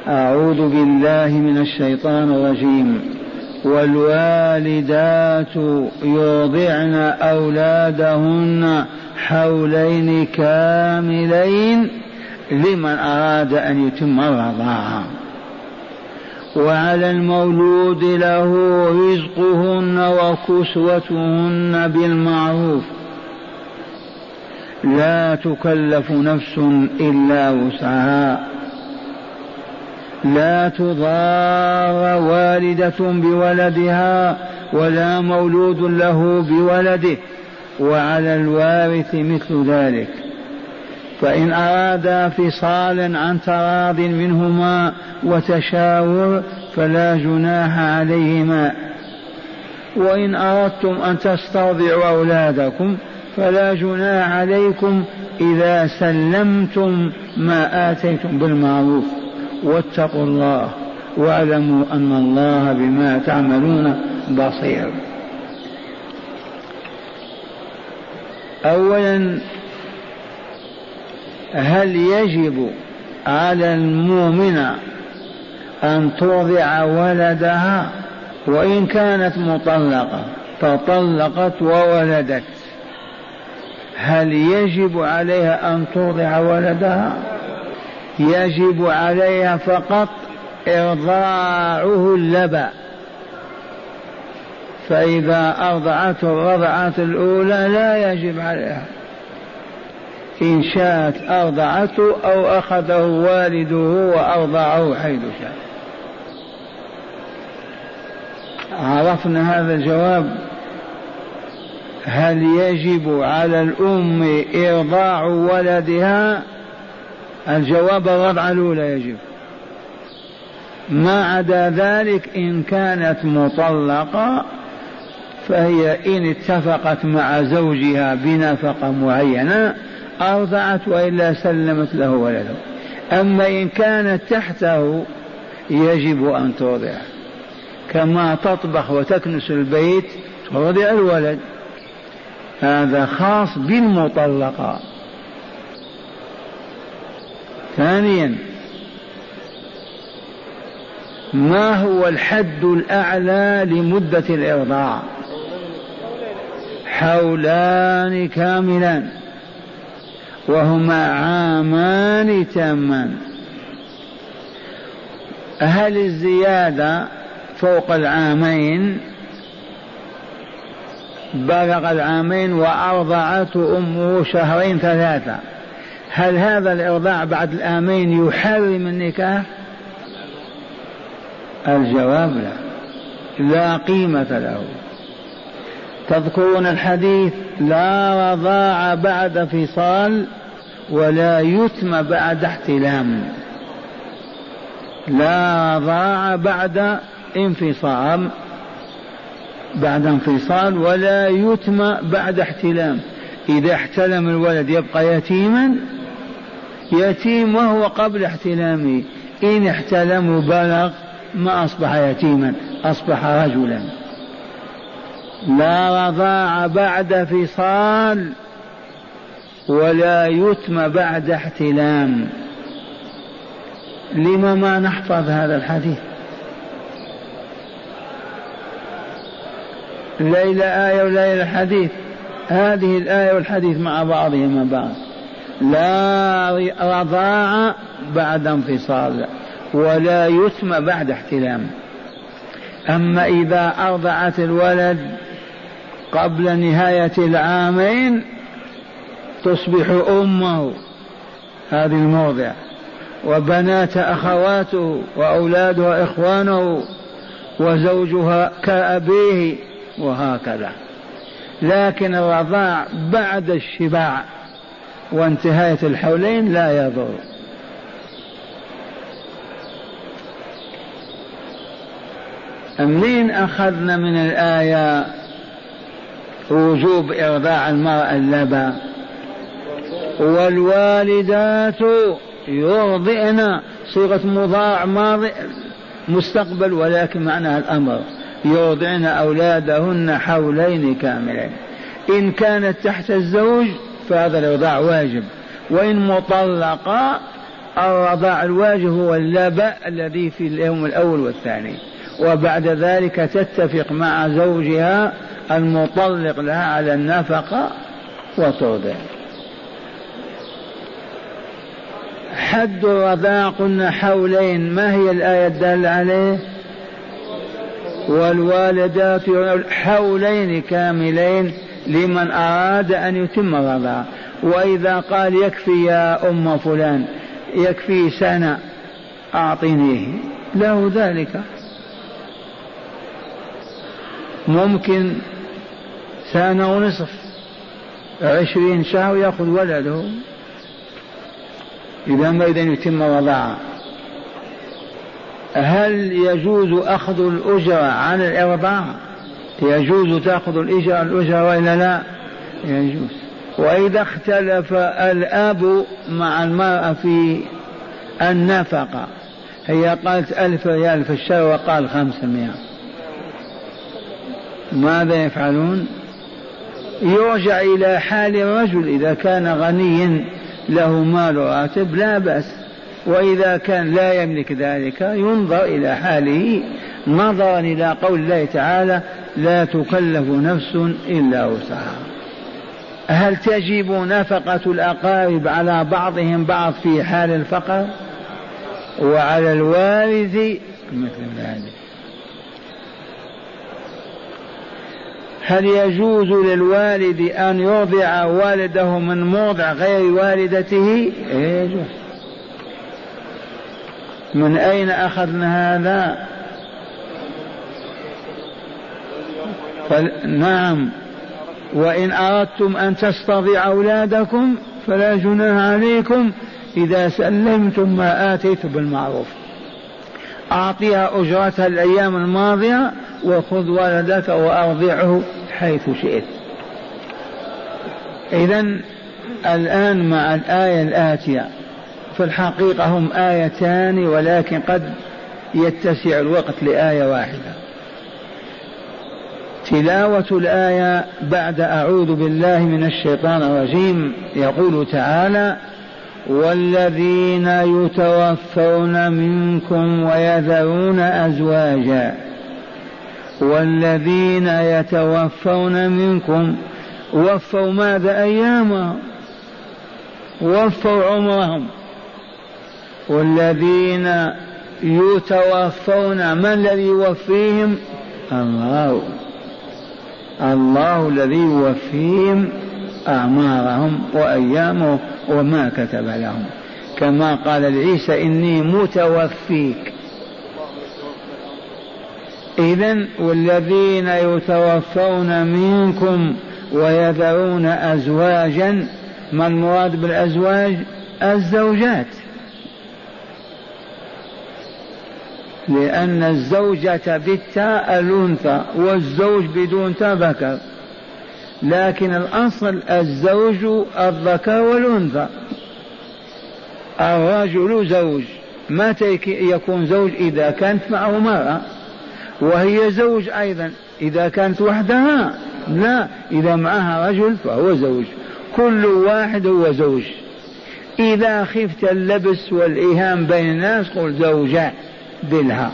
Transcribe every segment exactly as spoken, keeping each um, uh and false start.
أعوذ بالله من الشيطان الرجيم. والوالدات يرضعن أولادهن حولين كاملين لمن أراد أن يتم الرضاعة، وعلى المولود له رزقهن وكسوتهن بالمعروف، لا تكلف نفس إلا وسعها، لا تضار والدة بولدها ولا مولود له بولده، وعلى الوارث مثل ذلك. فإن أرادا فصالا عن تراض منهما وتشاور فلا جناح عليهما، وإن أردتم أن تسترضعوا أولادكم فلا جناح عليكم إذا سلمتم ما آتيتم بالمعروف، واتقوا الله واعلموا أن الله بما تعملون بصير. أولا، هل يجب على المؤمنة أن ترضع ولدها؟ وإن كانت مطلقة تطلقت وولدت، هل يجب عليها أن ترضع ولدها؟ يجب عليها فقط إرضاعه اللبن، فإذا أرضعته الرضعة الأولى لا يجب عليها، إن شاءت أرضعته أو أخذه والده وأرضعه حيث شاء. عرفنا هذا الجواب. هل يجب على الأم إرضاع ولدها؟ الجواب الرضعة الأولى يجب، ما عدا ذلك إن كانت مطلقة فهي إن اتفقت مع زوجها بنفقة معينة أرضعت، وإلا سلمت له ولده. أما إن كانت تحته يجب أن ترضع، كما تطبخ وتكنس البيت ترضع الولد، هذا خاص بالمطلقة. ثانيا، ما هو الحد الأعلى لمدة الإرضاع؟ حولان كاملان، وهما عامان تامان. هل الزيادة فوق العامين؟ بلغ العامين وأرضعته أمه شهرين ثلاثة، هل هذا الإرضاع بعد العامين يحرم النكاح؟ الجواب لا، لا قيمة له. تذكرون الحديث: لا رضاع بعد فصال ولا يتم بعد احتلام. لا رضاع بعد انفصام بعد انفصال ولا يتم بعد احتلام. إذا احتلم الولد يبقى يتيما، يتيم وهو قبل احتلامه، إن احتلم بلغ ما أصبح يتيما، أصبح رجلا. لا رضاع بعد فصال ولا يتم بعد احتلام. لما ما نحفظ هذا الحديث؟ ليلة آية وليلة حديث، هذه الآية والحديث مع بعضهما بعض. لا رضاع بعد انفصال ولا يتم بعد احتلام. أما إذا أرضعت الولد قبل نهاية العامين تصبح أمه هذه المرضع، وبنات أخواته وأولادها إخوانه وزوجها كأبيه وهكذا. لكن الرضاع بعد الشباع وانتهاية الحولين لا يضر. منين أخذنا من الآية وجوب إرضاع المرأة اللبن؟ والوالدات يرضعن، صيغة مضارع ماضي مستقبل ولكن معناها الأمر، يرضعن أولادهن حولين كاملين. إن كانت تحت الزوج فهذا الرضاع واجب، وإن مطلقة الرضاع الواجب هو اللبأ الذي في اليوم الأول والثاني، وبعد ذلك تتفق مع زوجها المطلق لها على النفقة وترضع. حد الرضاع قلنا حولين، ما هي الآية الدالة عليه؟ والوالدات حولين كاملين لمن أراد أن يتم الرضاع. وإذا قال يكفي يا أم فلان يكفي سنة أعطينيه له ذلك، ممكن سنة ونصف عشرين شهر يأخذ ولده إذا ما إذا يتم الرضاعة. هل يجوز أخذ الأجرة عن الإرضاع؟ يجوز تأخذ الأجرة الأجرة وإلا لا؟ يجوز. وإذا اختلف الأب مع المرأة في النفقة، هي قالت ألف ريال في الشهر وقال خمسمائة، ماذا يفعلون؟ يرجع إلى حال الرجل، إذا كان غنيا له مال راتب لا بأس، وإذا كان لا يملك ذلك ينظر إلى حاله نظرا إلى قول الله تعالى لا تكلف نفس إلا وسعها. هل تجب نفقة الأقارب على بعضهم بعض في حال الفقر؟ وعلى الوارث مثل ذلك. هل يجوز للوالد أن يرضع والده من مرضع غير والدته؟ يجوز. من أين أخذنا هذا؟ فل... نعم، وإن أردتم أن تسترضعوا أولادكم فلا جناح عليكم إذا سلمتم ما آتيتم بالمعروف. أعطيها أجرتها الأيام الماضية وخذ ولدك وأرضعه حيث شئت. إذن الآن مع الآية الآتية، في الحقيقة هم آيتان ولكن قد يتسع الوقت لآية واحدة. تلاوة الآية بعد أعوذ بالله من الشيطان الرجيم، يقول تعالى والذين يتوفون منكم ويذرون أزواجا، والذين يتوفون منكم وفوا ماذا؟ أيامهم، وفوا عمرهم. والذين يتوفون، من الذي يوفيهم؟ الله، الله الذي يوفيهم أعمارهم وأيامهم وما كتب لهم، كما قال لعيسى إني متوفيك. إذن والذين يتوفون منكم ويذرون أزواجا، ما المراد بالأزواج؟ الزوجات، لأن الزوجة بالتاء الأنثى والزوج بدون تاء ذكر، لكن الأصل الزوج الذكر والأنثى. الرجل زوج، متى يكون زوج؟ إذا كانت معه مرأة، وهي زوج أيضا إذا كانت وحدها، لا، إذا معها رجل فهو زوج، كل واحد هو زوج. إذا خفت اللبس والإيهام بين الناس قل زوجة بالها،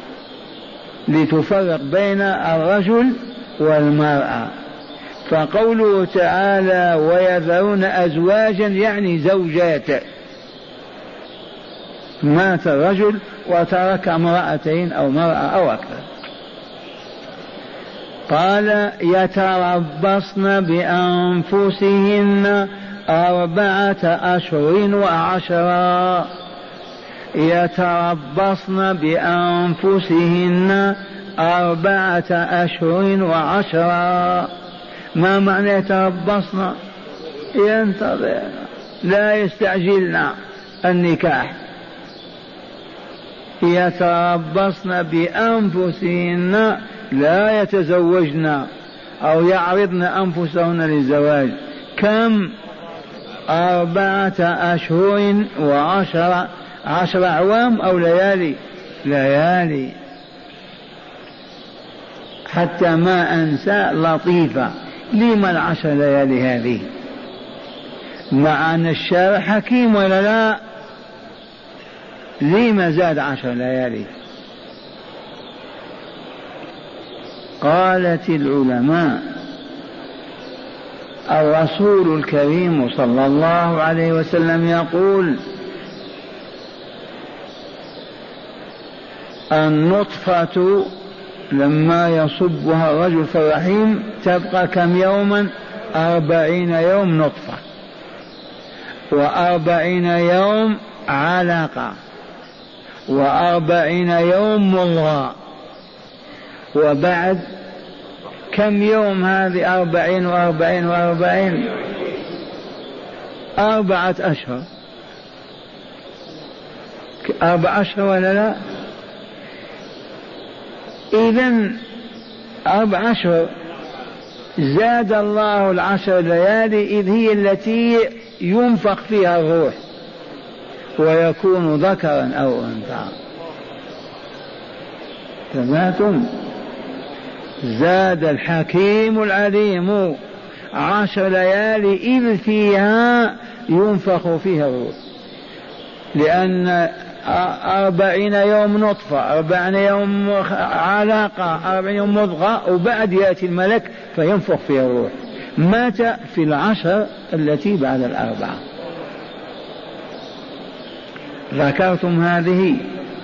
لتفرق بين الرجل والمرأة. فقوله تعالى ويذرون أزواجا يعني زوجات، مات الرجل وترك امرأتين أو مرأة أو أكثر. قال يتربصن بأنفسهن أربعة أشهر وعشرا، يتربصن بأنفسهن أربعة أشهر وعشرا. ما معنى يتربصن؟ ينتظرن، لا يستعجلن النكاح. يتربصن بأنفسهن، لا يتزوجن أو يعرضن أنفسهن للزواج. كم؟ أربعة أشهر وعشرة، عشر أعوام أو ليالي؟ ليالي. حتى ما أنسى لطيفة، لما العشر ليالي هذه؟ مع أن الشارع حكيم ولا لا؟ لما زاد عشر ليالي؟ قالت العلماء الرسول الكريم صلى الله عليه وسلم يقول النطفة لما يصبها الرجل في الرحيم تبقى كم يوما؟ أربعين يوم نطفة، وأربعين يوم علقة، وأربعين يوم مضغة، وبعد كم يوم هذه؟ أربعين وأربعين وأربعين أربعة أشهر. أربعة أشهر ولا لا؟ إذن أربع أشهر زاد الله العشر ليالي إذ هي التي ينفخ فيها الروح ويكون ذكرا أو أنثى. سمعتم؟ زاد الحكيم العليم عشر ليالي إذ فيها ينفخ فيها الروح، لأن أربعين يوم نطفة، أربعين يوم علاقة، أربعين يوم مضغة، وبعد يأتي الملك فينفخ فيها الروح. متى؟ في العشر التي بعد الأربعة. ذكرتم هذه؟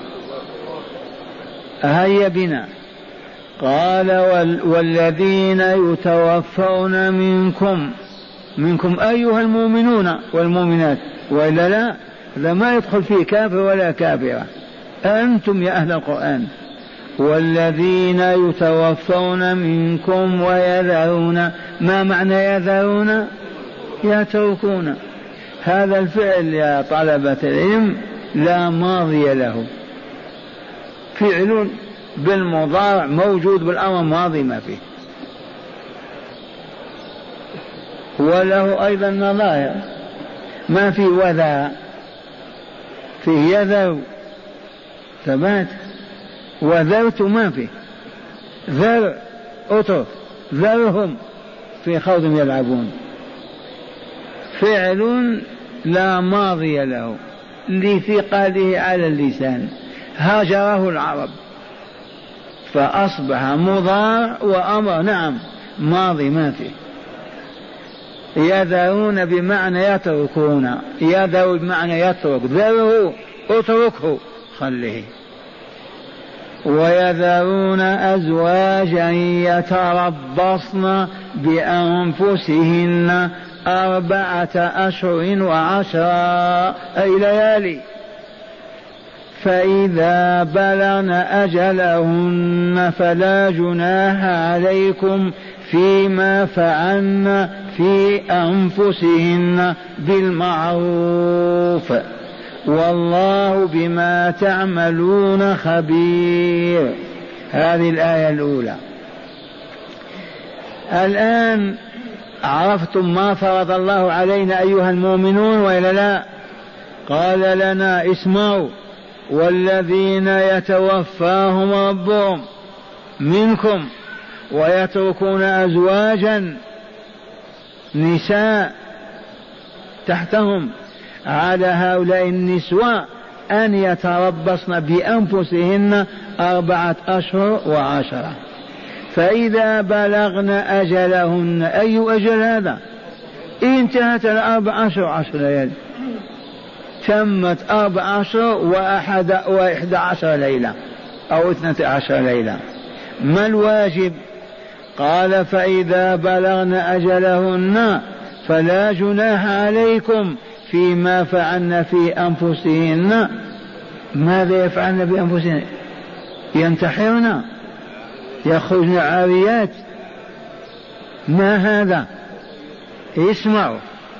هيا بنا. قال والذين يتوفون منكم، منكم أيها المؤمنون والمؤمنات، وإلا لا هذا ما يدخل فيه كافر ولا كافرة، أنتم يا أهل القرآن. والذين يتوفون منكم ويذرون، ما معنى يذرون؟ يتركون. هذا الفعل يا طلبة العلم لا ماضي له، فعل بالمضارع موجود بالأمر ماضي ما فيه، وله أيضا نظائر، ما في وذا، فيه يذر ثبات، وذرت ما فيه، ذر أترك، ذرهم في خوض يلعبون. فعل لا ماضي له لثقله على اللسان، هاجره العرب فأصبح مضارع وأمر، نعم ماضي ما فيه. يذرون بمعنى يتركون، يذر بمعنى يترك، ذره اتركه خليه. ويذرون أزواجا يتربصن بأنفسهن أربعة أشهر وعشرا أي ليالي، فإذا بلغن أجلهن فلا جناح عليكم فيما فعلن في أنفسهن بالمعروف والله بما تعملون خبير. هذه الآية الأولى. الآن عرفتم ما فرض الله علينا أيها المؤمنون وإلا لا؟ قال لنا اسمعوا والذين يتوفاهم ربهم منكم ويتركون أزواجا نساء تحتهم، على هؤلاء النسوة أن يتربصن بأنفسهن أربعة أشهر وعشرة، فإذا بلغن أجلهن، أي أجل هذا؟ انتهت الأربع أشهر عشر ليالي، تمت أربع أشهر وأحد وإحدى عشر ليلة أو اثنة عشر ليلة. ما الواجب؟ قال فإذا بلغن أجلهن فلا جناح عليكم فيما فعلن في أنفسهن. ماذا يفعلن بأنفسهن؟ ينتحرن، يخرجن عاريات، ما هذا؟ اسمعوا،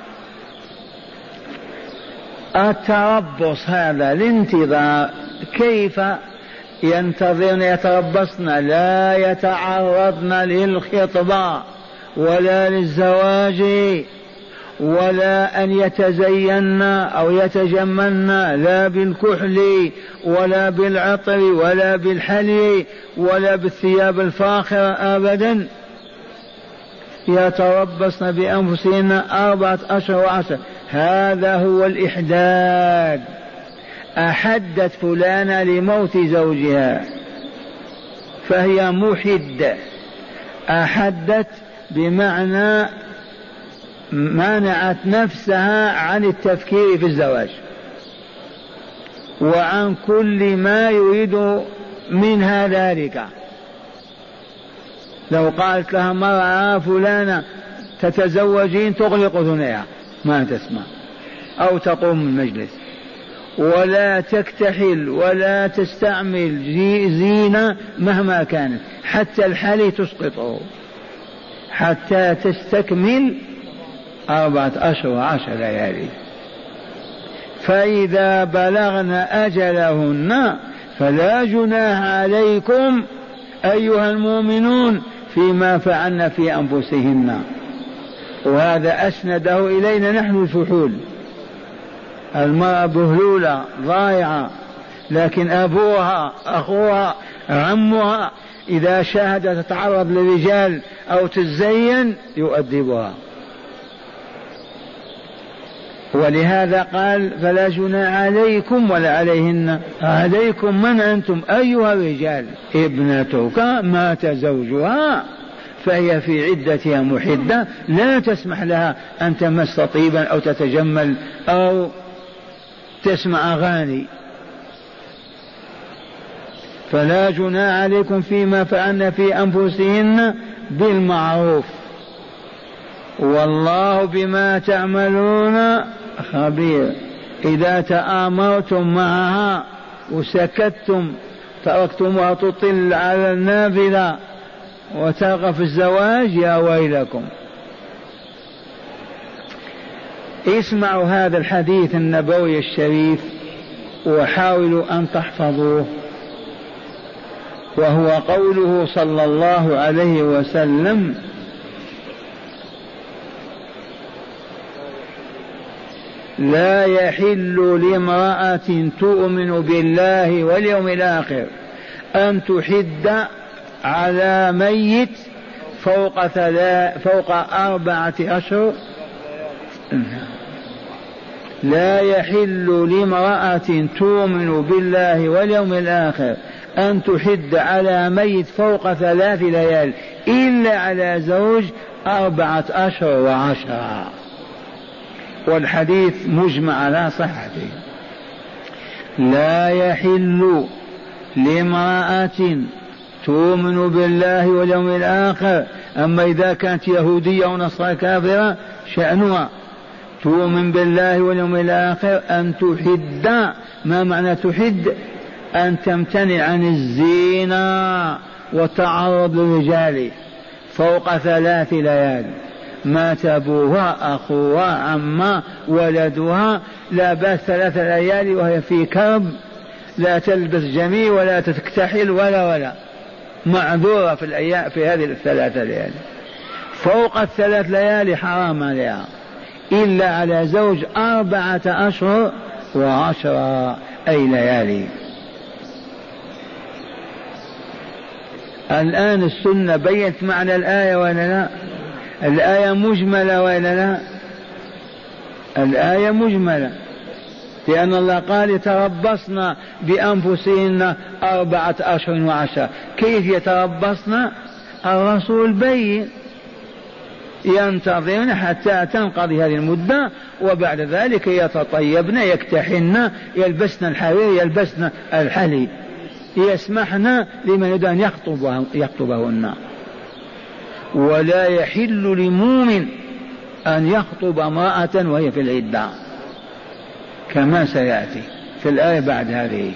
التربص هذا الانتظار. كيف ينتظرن؟ يتربصن لا يتعرضن للخطبة ولا للزواج ولا أن يتزين أو يتجملن، لا بالكحل ولا بالعطر ولا بالحلي ولا بالثياب الفاخرة أبدا. يتربصن بأنفسهن أربعة أشهر وعشر. هذا هو الإحداد أحدت فلانة لموت زوجها فهي محدة. أحدت بمعنى منعت نفسها عن التفكير في الزواج وعن كل ما يريد منها ذلك. لو قالت لها مرأة فلانة تتزوجين تغلق أذنيها ما تسمع أو تقوم من المجلس، ولا تكتحل ولا تستعمل زينة مهما كانت، حتى الحلي تسقطه حتى تستكمل أربعة أشهر وعشر ليالي. فإذا بلغن أجلهن فلا جناح عليكم أيها المؤمنون فيما فعلن في أنفسهن. وهذا أسنده إلينا نحن الفحول. المرأة بهلولة ضائعة، لكن أبوها أخوها عمها إذا شاهد تتعرض للرجال أو تزين يؤدبها. ولهذا قال فلا جناح عليكم ولا عليهن. عليكم من أنتم أيها الرجال؟ ابنتك مات زوجها فهي في عدتها محدة، لا تسمح لها أن تمس طيبا أو تتجمل أو تسمع أغاني. فلا جناح عليكم فيما فعلن في أنفسهن بالمعروف والله بما تعملون خبير. إذا تآمرتم معها وسكتتم تركتمها تطل على النافذة وترغب في الزواج يا ويلكم. اسمعوا هذا الحديث النبوي الشريف وحاولوا أن تحفظوه، وهو قوله صلى الله عليه وسلم لا يحل لامرأة تؤمن بالله واليوم الآخر أن تحد على ميت فوق, فوق أربعة أشهر. لا يحل لامرأة تؤمن بالله واليوم الآخر أن تحد على ميت فوق ثلاث ليال إلا على زوج أربعة أشهر وعشرة. والحديث مجمع على صحته. لا يحل لامرأة تؤمن بالله واليوم الآخر، أما إذا كانت يهودية ونصارى كافرة شأنها، تؤمن بالله واليوم الآخر أن تحد. ما معنى تحد؟ أن تمتنع عن الزينة والتعرض للرجال فوق ثلاث ليال. مات أبوها أخوها عمها ولدها لا بأس ثلاث ليالي وهي في كرب، لا تلبس جميل ولا تكتحل ولا ولا معذورة في الأيام في هذه الثلاث ليالي. فوق الثلاث ليالي حرام عليها إلا على زوج أربعة أشهر وعشرة أي ليالي. الآن السنة بيّنت معنى الآية ولا لا؟ الآية مجملة ولا لا؟ الآية مجملة، لأن الله قال يتربصن بأنفسهن أربعة أشهر وعشرة. كيف يتربصن؟ الرسول بين ينتظرن حتى تنقضي هذه المدة، وبعد ذلك يتطيبن يكتحن يلبسن الحرير يلبسن الحلي، يسمحن لمن يريد أن يخطبهن. ولا يحل لمؤمن أن يخطب امرأة وهي في العدة كما سيأتي في الآية بعد هذه.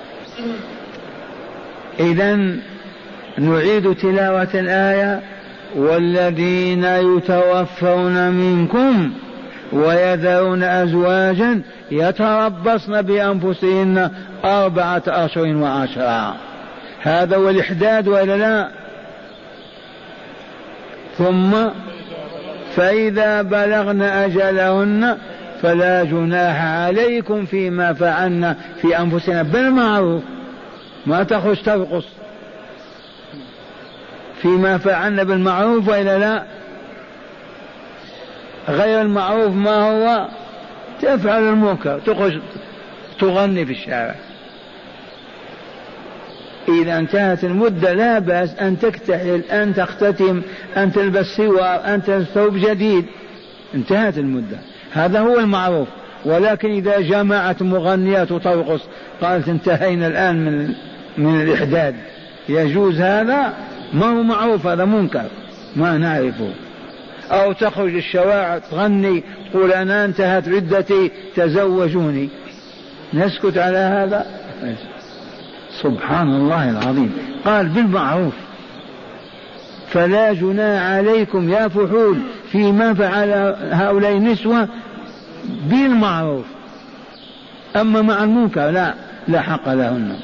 إذن نعيد تلاوة الآية: والذين يتوفون منكم ويذرون أزواجا يتربصن بأنفسهن أربعة أشهر وعشرة. هذا هو الإحداد ولا لا؟ ثم فإذا بلغن أجلهن فلا جناح عليكم فيما فعلن في أنفسنا بالمعروف. ما تخش ترقص فيما فعلن بالمعروف وإلا لا؟ غير المعروف ما هو؟ تفعل المنكر، تخش تغني في الشارع. إذا انتهت المدة لا بأس أن تكتحل، أن تختتم، أن تلبس سوار، أن تلبس ثوب جديد، انتهت المدة، هذا هو المعروف. ولكن إذا جمعت مغنيات وترقص قالت انتهينا الآن من من الإحداد، يجوز هذا؟ ما هو معروف، هذا منكر ما نعرفه. أو تخرج الشوارع تغني تقول أنا انتهت عدتي تزوجوني، نسكت على هذا؟ سبحان الله العظيم. قال بالمعروف. فلا جناح عليكم يا فحول فيما فعل هؤلاء النسوة بالمعروف، أما مع المنكر لا لا حق لهن.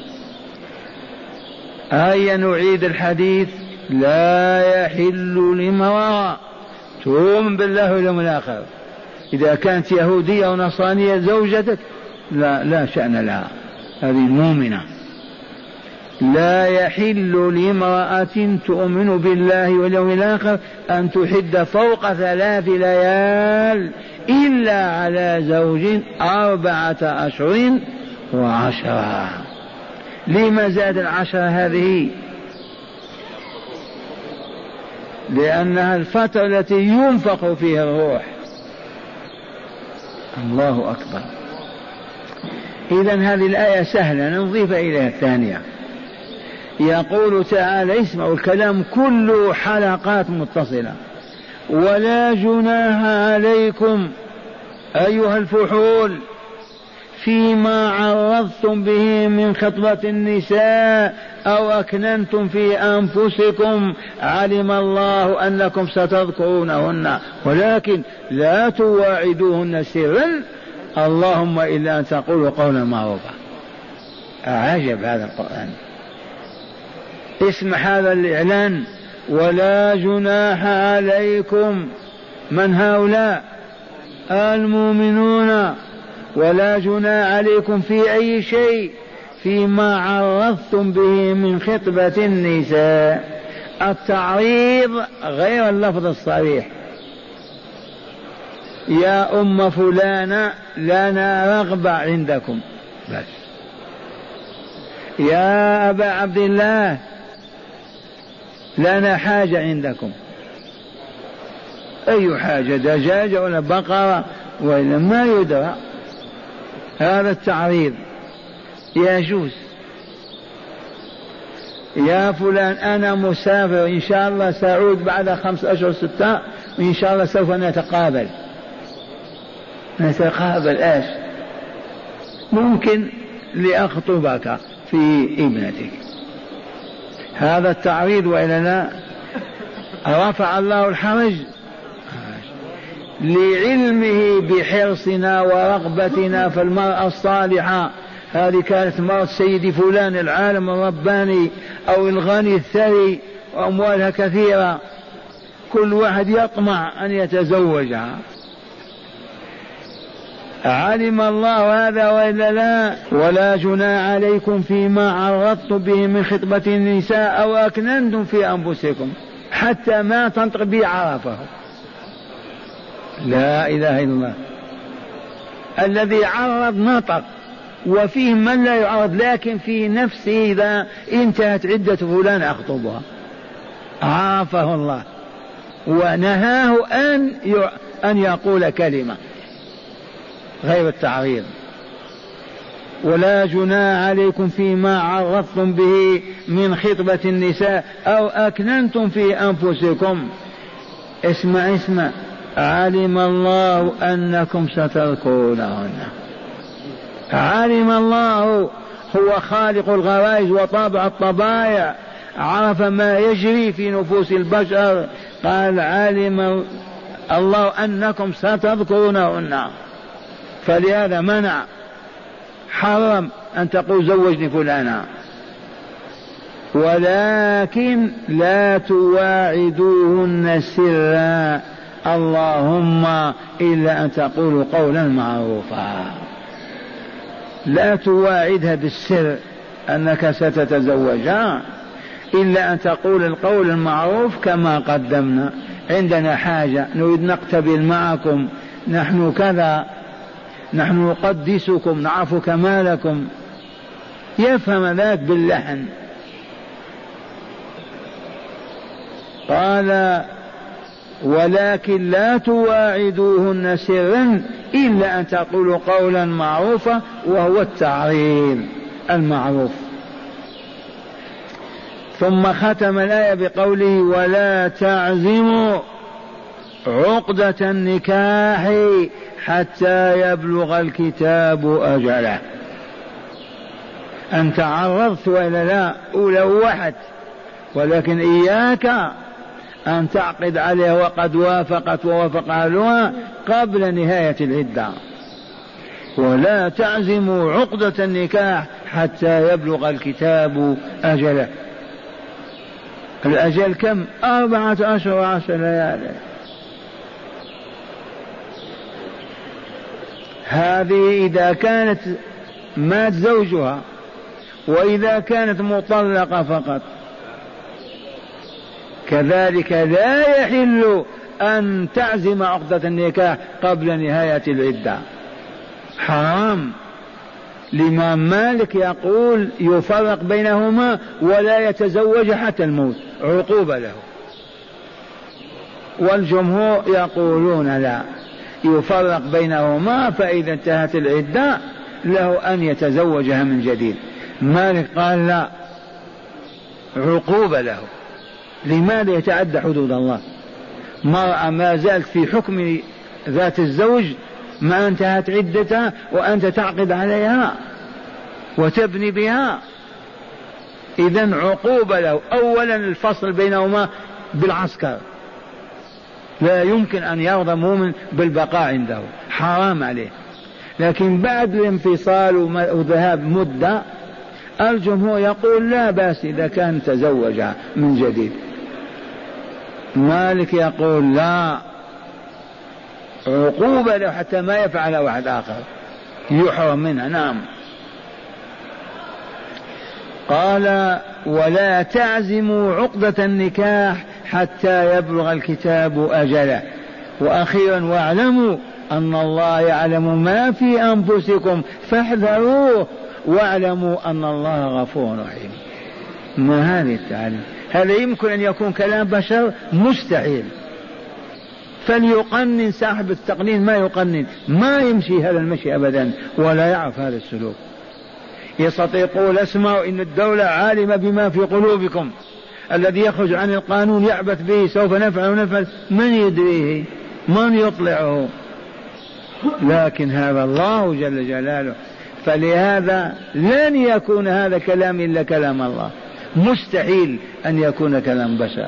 هيا نعيد الحديث. لا يحل لامرأة تؤمن بالله واليوم الآخر، إذا كانت يهودية أو نصرانية زوجتك لا لا شأن لها، هذه المؤمنة. لا يحل لامرأة تؤمن بالله واليوم الآخر أن تحد فوق ثلاث ليال إلا على زوج أربعة أشهر وعشرة. لما زاد العشرة هذه؟ لأنها الفترة التي ينفق فيها الروح. الله أكبر. إذن هذه الآية سهلة، نضيف إليها الثانية. يقول تعالى، اسمعوا الكلام كله حلقات متصلة. ولا جناح عليكم أيها الفحول فيما عرضتم به من خطبة النساء أو أكننتم في أنفسكم، علم الله أنكم ستذكرونهن ولكن لا تواعدوهن سرا، اللهم إلا أن تقولوا قولا معروفا. عجب هذا القرآن. اسم هذا الإعلان ولا جناح عليكم، من هؤلاء؟ المؤمنون. ولا جناح عليكم في أي شيء فيما عرضتم به من خطبة النساء. التعريض غير اللفظ الصريح. يا أم فلانة لنا رغبة عندكم بس. يا أبا عبد الله لنا حاجة عندكم. أي حاجة؟ دجاجة ولا بقرة ولا ما يدرى. هذا التعريض يجوز. يا فلان أنا مسافر إن شاء الله سأعود بعد خمس أشهر ستة وإن شاء الله سوف نتقابل. نتقابل إيش؟ ممكن لأخطبك في ابنتك. هذا التعريض وإلا لا؟ رفع الله الحرج لعلمه بحرصنا ورغبتنا في المرأة الصالحة. هذه كانت مرأة سيدي فلان العالم الرباني أو الغني الثري وأموالها كثيرة، كل واحد يطمع أن يتزوجها. علم الله هذا وإلا لا؟ ولا جناح عليكم فيما عرضتم به من خطبة النساء أو أكننتم في أنفسكم، حتى ما تنطق به عرفه. لا إله إلا الله. الذي عرض نطق، وفيه من لا يعرض لكن في نفسه إذا انتهت عدة فلان أخطبها عرفه الله ونهاه أن أن يقول كلمة غير التعريض. ولا جناح عليكم فيما عرضتم به من خطبة النساء أو أكننتم في أنفسكم. اسمع اسمع. علم الله أنكم ستذكرونهن. علم الله، هو خالق الغرائز وطابع الطبائع، عرف ما يجري في نفوس البشر. قال علم الله أنكم ستذكرونهن، فلهذا منع، حرم أن تقول زوجني فلانا. ولكن لا تواعدوهن سرا، اللهم إلا أن تقولوا قولا معروفا. لا تواعدها بالسر أنك ستتزوجها إلا أن تقول القول المعروف كما قدمنا. عندنا حاجة نريد نقتبل معكم، نحن كذا، نحن نقدسكم نعرف كمالكم، يفهم ذاك باللحن. قال ولكن لا تواعدوهن سرا إلا أن تقولوا قولا معروفا، وهو التعريض المعروف. ثم ختم الآية بقوله ولا تعزموا عقدة النكاح حتى يبلغ الكتاب أجله. أنت عرضت وإلا لا أولى واحد، ولكن إياك أن تعقد عليها وقد وافقت ووافق أهلها قبل نهاية العدة. ولا تعزموا عقدة النكاح حتى يبلغ الكتاب أجله. الأجل كم؟ أربعة أشهر وعشر ليالي. هذه إذا كانت مات زوجها، وإذا كانت مطلقة فقط كذلك لا يحل أن تعزم عقدة النكاح قبل نهاية العدة، حرام. الإمام مالك يقول يفرق بينهما ولا يتزوج حتى الموت، عقوبة له. والجمهور يقولون لا، يفرق بينهما، فإذا انتهت العدة له أن يتزوجها من جديد. مالك قال لا، عقوبة له. لماذا يتعدى حدود الله؟ مرأة ما زالت في حكم ذات الزوج ما انتهت عدتها وأنت تعقد عليها وتبني بها، إذن عقوبة له. أولا الفصل بينهما بالعسكر، لا يمكن أن يرضى مؤمن بالبقاء عنده، حرام عليه. لكن بعد الانفصال وذهاب مدة الجمهور يقول لا بأس إذا كان تزوجها من جديد. مالك يقول لا، عقوبة له حتى ما يفعل واحد آخر يحرم منها. نعم. قال ولا تعزموا عقدة النكاح حتى يبلغ الكتاب أجله. وأخيرا واعلموا أن الله يعلم ما في أنفسكم فاحذروه واعلموا أن الله غفور رحيم. ما هذه التعليم؟ هل يمكن أن يكون كلام بشر؟ مستحيل. فليقنن صاحب التقنين ما يقنن، ما يمشي هذا المشي أبدا ولا يعرف هذا السلوك. يستطيع يقول اسمعوا إن الدولة عالمة بما في قلوبكم، الذي يخرج عن القانون يعبث به سوف نفعل ونفعل، من يدريه؟ من يطلعه؟ لكن هذا الله جل جلاله. فلهذا لن يكون هذا كلام إلا كلام الله، مستحيل أن يكون كلام بشر.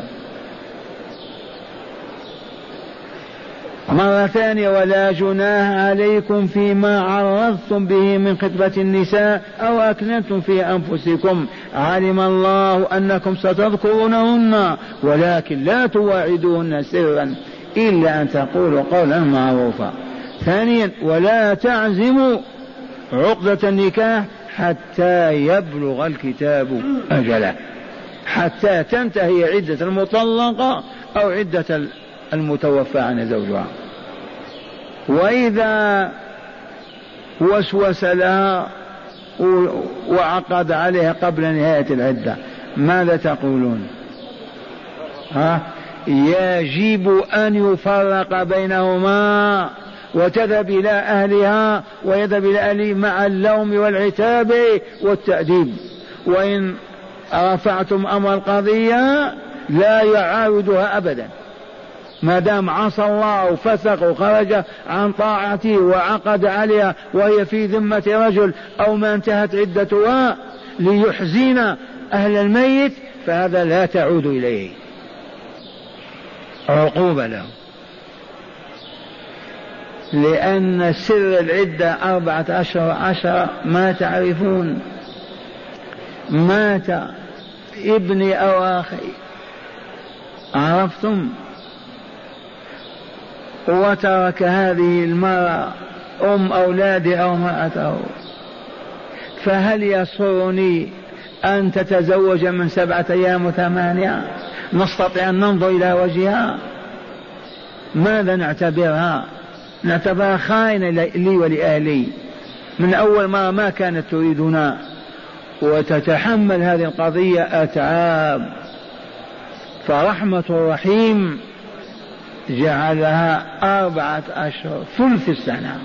مرة ثانية ولا جناح عليكم فيما عرضتم به من خطبة النساء أو أكننتم في أنفسكم، علم الله أنكم ستذكرونهن ولكن لا تواعدوهن سرا إلا أن تقولوا قولا معروفا. ثانيا ولا تعزموا عقدة النكاح حتى يبلغ الكتاب أجله، حتى تنتهي عدة المطلقة أو عدة المتوفى عن زوجها. وإذا وسوس لها وعقد عليها قبل نهاية العدة ماذا تقولون؟ ها؟ يجب أن يفرق بينهما وتذهب إلى أهلها ويذهب إلى أهله مع اللوم والعتاب والتأديب. وإن رفعتم أمر القضية لا يعاودها أبدا، ما دام عصى الله وفسق وخرج عن طاعته وعقد عليها وهي في ذمة رجل أو ما انتهت عدتها ليحزن أهل الميت، فهذا لا تعود إليه، عقوبة له. لأن سر العدة أربعة أشهر عشرة ما تعرفون. مات ابني أو أخي، عرفتم؟ وترك هذه المرأة أم أولادي أو امرأته، فهل يسرني أن تتزوج من سبعة أيام وثمانية؟ نستطيع أن ننظر إلى وجهها؟ ماذا نعتبرها؟ نعتبرها خائنة لي ولأهلي، من أول مرة ما كانت تريدنا، وتتحمل هذه القضية أتعاب. فرحمة الرحيم جعلها أربعة أشهر ثلث السنة.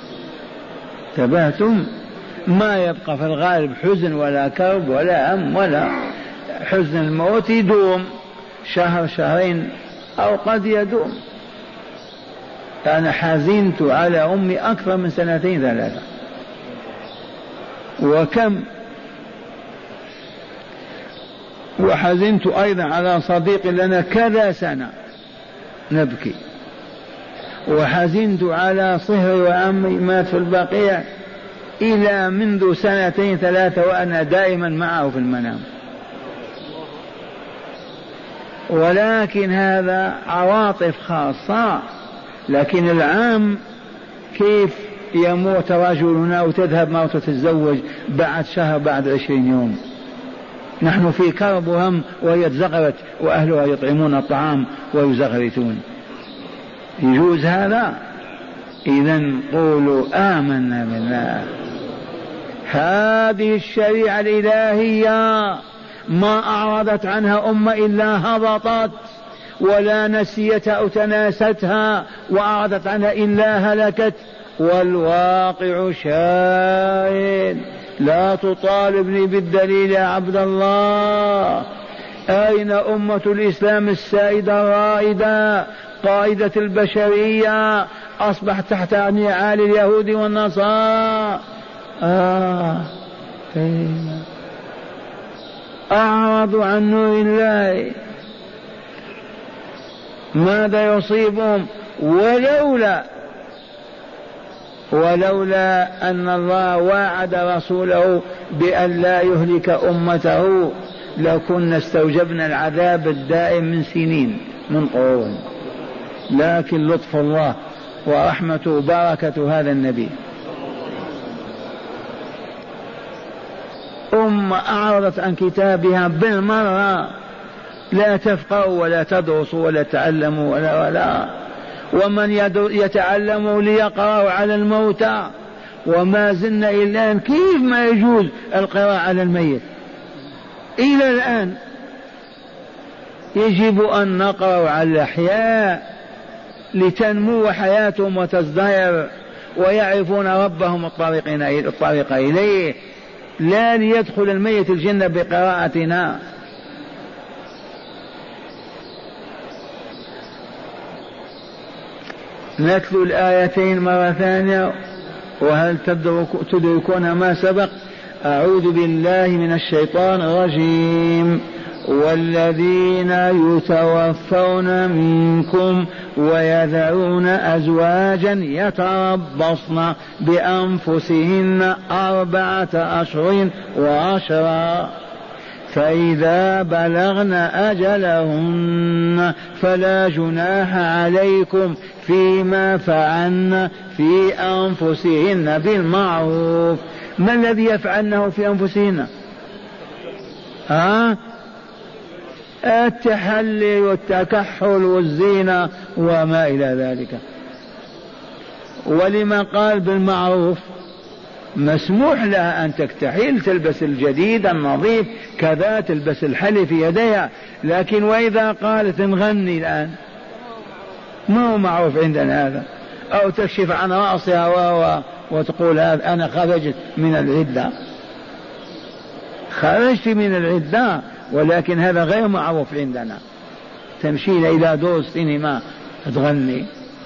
تبهتم، ما يبقى في الغالب حزن ولا كرب ولا هم ولا حزن الموت، يدوم شهر شهرين أو قد يدوم. أنا حزنت على أمي أكثر من سنتين ثلاثة، وكم وحزنت أيضا على صديق لنا كذا سنة نبكي، وحزنت على صهري وعمي مات في البقيع إلى منذ سنتين ثلاثة وأنا دائما معه في المنام. ولكن هذا عواطف خاصة، لكن العام كيف يموت رجلنا وتذهب مرته تتزوج بعد شهر بعد عشرين يوم، نحن في كرب وهم وهي تزغرت وأهلها يطعمون الطعام ويزغرتون، يجوز هذا؟ إذن قولوا آمنا بالله. هذه الشريعة الإلهية ما أعرضت عنها أمة إلا هبطت، ولا نسيت أو تناستها وأعرضت عنها إلا هلكت. والواقع شاهد، لا تطالبني بالدليل يا عبد الله. أين أمة الإسلام السائدة الرائدة قائدة البشرية أصبحت تحت نعال اليهود والنصارى؟ آه أعرضوا عن نور الله، ماذا يصيبهم؟ ولولا ولولا أن الله وعد رسوله بأن لا يهلك أمته لكنا استوجبنا العذاب الدائم من سنين من قرون، لكن لطف الله ورحمته وبركة هذا النبي. أمة أعرضت عن كتابها بالمرة، لا تفقهوا ولا تدرسوا ولا تعلموا ولا ولا ومن يتعلموا ليقرأوا على الموتى، وما زلنا إلى الآن كيف ما يجوز القراءة على الميت إلى الآن؟ يجب أن نقرأ على الأحياء لتنمو حياتهم وتزدهر ويعرفون ربهم الطريقين الطريق إليه، لا ليدخل الميت الجنة بقراءتنا. نتلو الآيتين مرة ثانية، وهل تدركون ما سبق؟ أعوذ بالله من الشيطان الرجيم. والذين يتوفون منكم ويذرون أزواجا يتربصن بأنفسهن أربعة أشهر وعشرا، فإذا بلغن أجلهن فلا جناح عليكم فيما فعلن في أنفسهن بالمعروف. ما الذي يفعلنه في أنفسهن؟ ها؟ التحلي والتكحل والزينة وما إلى ذلك. ولما قال بالمعروف؟ مسموح لها أن تكتحل، تلبس الجديد النظيف كذا، تلبس الحلي في يديها، لكن وإذا قالت نغني الآن ما هو معروف عندنا هذا، أو تكشف عن رأسها و... وتقول هذا أنا خرجت من العدة، خرجت من العدة، ولكن هذا غير معروف عندنا. تمشين إلى دور السينما تغني.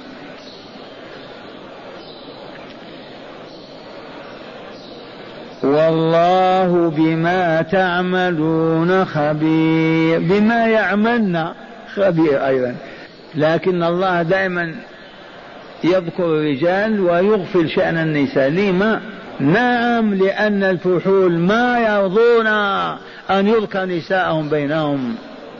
والله بما تعملون خبير، بما يعملنا خبير أيضا، لكن الله دائما يذكر الرجال ويغفل شأن النساء. لما؟ نعم، لأن الفحول ما يرضون أن يذكر نساءهم بينهم.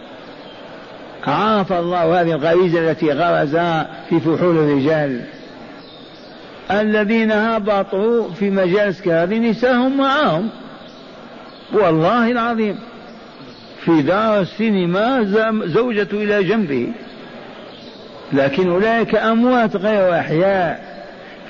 عرف الله هذه الغريزة التي غرزها في فحول الرجال. الذين هبطوا في مجالس كهذه نساءهم معهم، والله العظيم في دار السينما زوجته إلى جنبه، لكن أولئك أموات غير أحياء.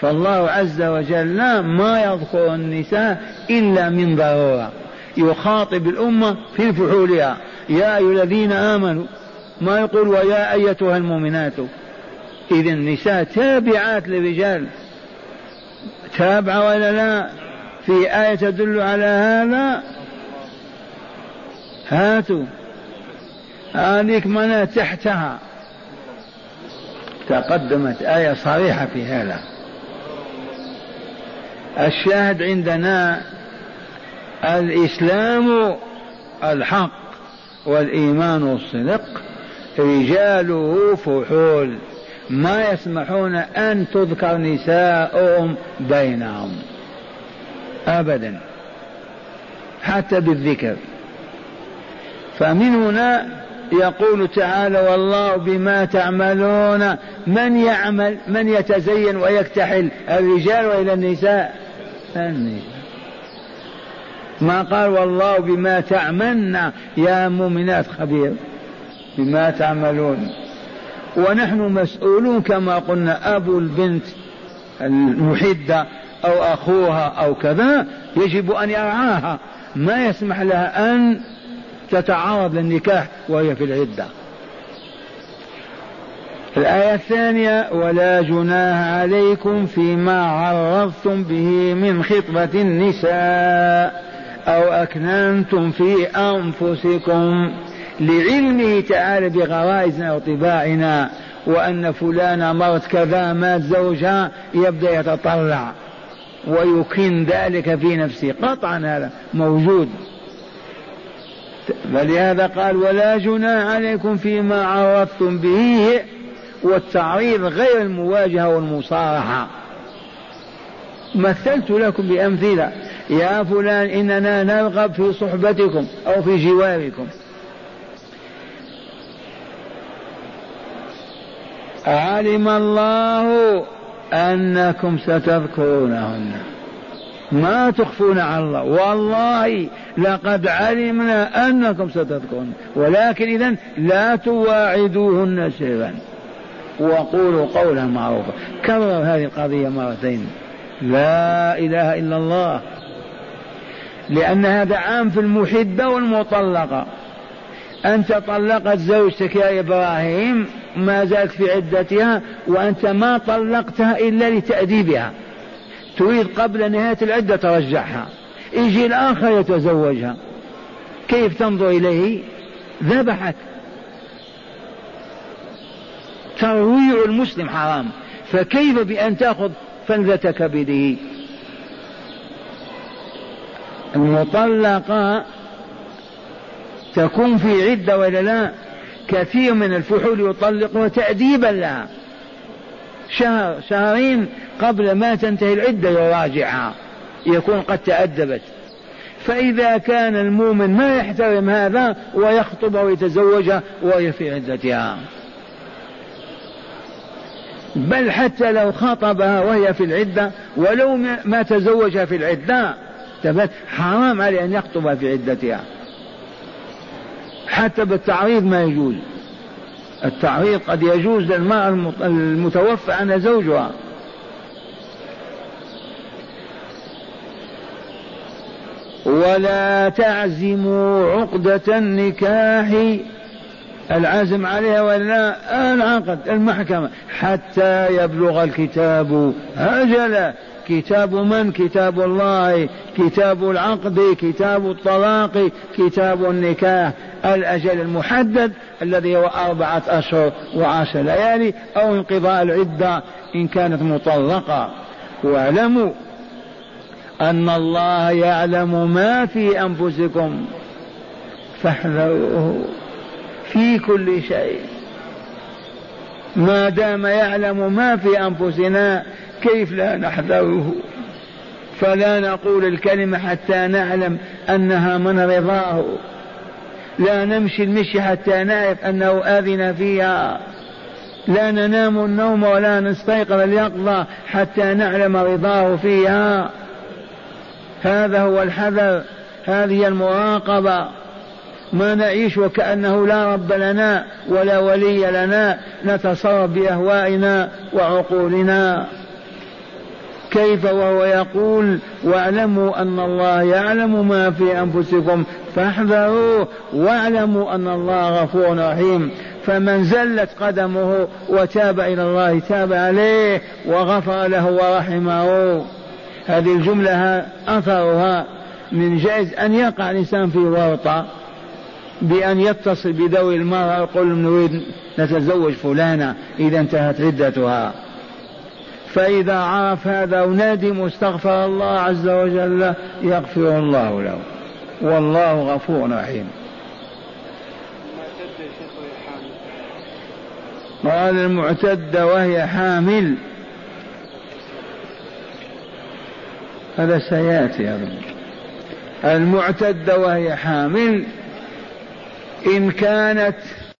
فالله عز وجل ما يذكر النساء إلا من ضرورة، يخاطب الأمة في فحولها، يا أيها الذين آمنوا، ما يقول ويا أيتها المؤمنات. إذن النساء تابعات للرجال، تابعة ولا لا؟ في آية تدل على هذا، هاتوا هذيك منا تحتها تقدمت آية صريحة في هذا. الشاهد عندنا الإسلام الحق والإيمان الصدق، رجاله فحول، ما يسمحون أن تذكر نساؤهم بينهم أبدا حتى بالذكر. فمن هنا يقول تعالى والله بما تعملون، من يعمل من يتزين ويكتحل، الرجال وإلى النساء؟ النساء. ما قال والله بما تعملن يا مؤمنات خبير بما تعملون. ونحن مسؤولون كما قلنا، أبو البنت المحدة أو أخوها أو كذا يجب أن يرعاها، ما يسمح لها أن تتعرض للنكاح وهي في العدة. الآية الثانية ولا جناح عليكم فيما عرضتم به من خطبة النساء أو أكننتم في أنفسكم، لعلمه تعالى بغرائزنا وطباعنا، وأن فلانة مرت كذا مات زوجها يبدأ يتطلع ويكن ذلك في نفسه، قطعا هذا موجود. فلهذا قال ولا جناح عليكم فيما عرضتم به، والتعريض غير المواجهة والمصارحة. مثلت لكم بأمثلة، يا فلان إننا نرغب في صحبتكم أو في جواركم، علم الله أنكم ستذكرونهن، ما تخفون على الله، والله لقد علمنا أنكم ستذكرون، ولكن إذن لا تواعدوهن سرا وقولوا قولا معروفا. كرر هذه القضية مرتين، لا إله إلا الله، لأن هذا عام في المحدة والمطلقة. أنت طلقت زوجتك يا إبراهيم، ما زالت في عدتها وأنت ما طلقتها إلا لتأديبها، تريد قبل نهاية العدة ترجعها، يجي الآخر يتزوجها، كيف تنظر إليه؟ ذبحك. ترويع المسلم حرام، فكيف بأن تأخذ فلذتك بيده؟ المطلقة تكون في عدة ولا لا؟ كثير من الفحول يطلقها تأديبا لها، شهر شهرين قبل ما تنتهي العدة يراجعها، يكون قد تأدبت. فإذا كان المؤمن ما يحترم هذا ويخطب ويتزوجها وهي في عدتها، بل حتى لو خطبها وهي في العدة ولو ما تزوجها في العدة حرام عليه أن يخطبها في عدتها، حتى بالتعريض ما يجوز. التعريض قد يجوز للمرأة المتوفى عنها زوجها. ولا تعزموا عقدة النكاح، العزم عليها ولا العقد المحكمة، حتى يبلغ الكتاب أجله. كتاب من؟ كتاب الله، كتاب العقد، كتاب الطلاق، كتاب النكاح، الأجل المحدد الذي هو أربعة أشهر وعشر ليالي أو انقضاء العدة إن كانت مطلقة. واعلموا أن الله يعلم ما في أنفسكم فاحذروه في كل شيء. ما دام يعلم ما في أنفسنا كيف لا نحذره؟ فلا نقول الكلمة حتى نعلم أنها من رضاه، لا نمشي المشي حتى نعرف أنه آذن فيها، لا ننام النوم ولا نستيقظ اليقظة حتى نعلم رضاه فيها. هذا هو الحذر، هذه المراقبة. ما نعيش وكأنه لا رب لنا ولا ولي لنا، نتصرف بأهوائنا وعقولنا. كيف وهو يقول واعلموا أن الله يعلم ما في أنفسكم فاحذروا واعلموا أن الله غفور رحيم. فمن زلت قدمه وتاب إلى الله تاب عليه وغفر له ورحمه. هذه الجملة أثرها من جائز أن يقع الإنسان في ورطة بأن يتصل بذوي المرأة ويقول نريد نتزوج فلانة إذا انتهت عدتها، فإذا عرف هذا وندم واستغفر الله عز وجل يغفر الله له والله غفور رحيم. قال المعتدة وهي حامل، هذا سيأتي يا رب. المعتدة وهي حامل إن كانت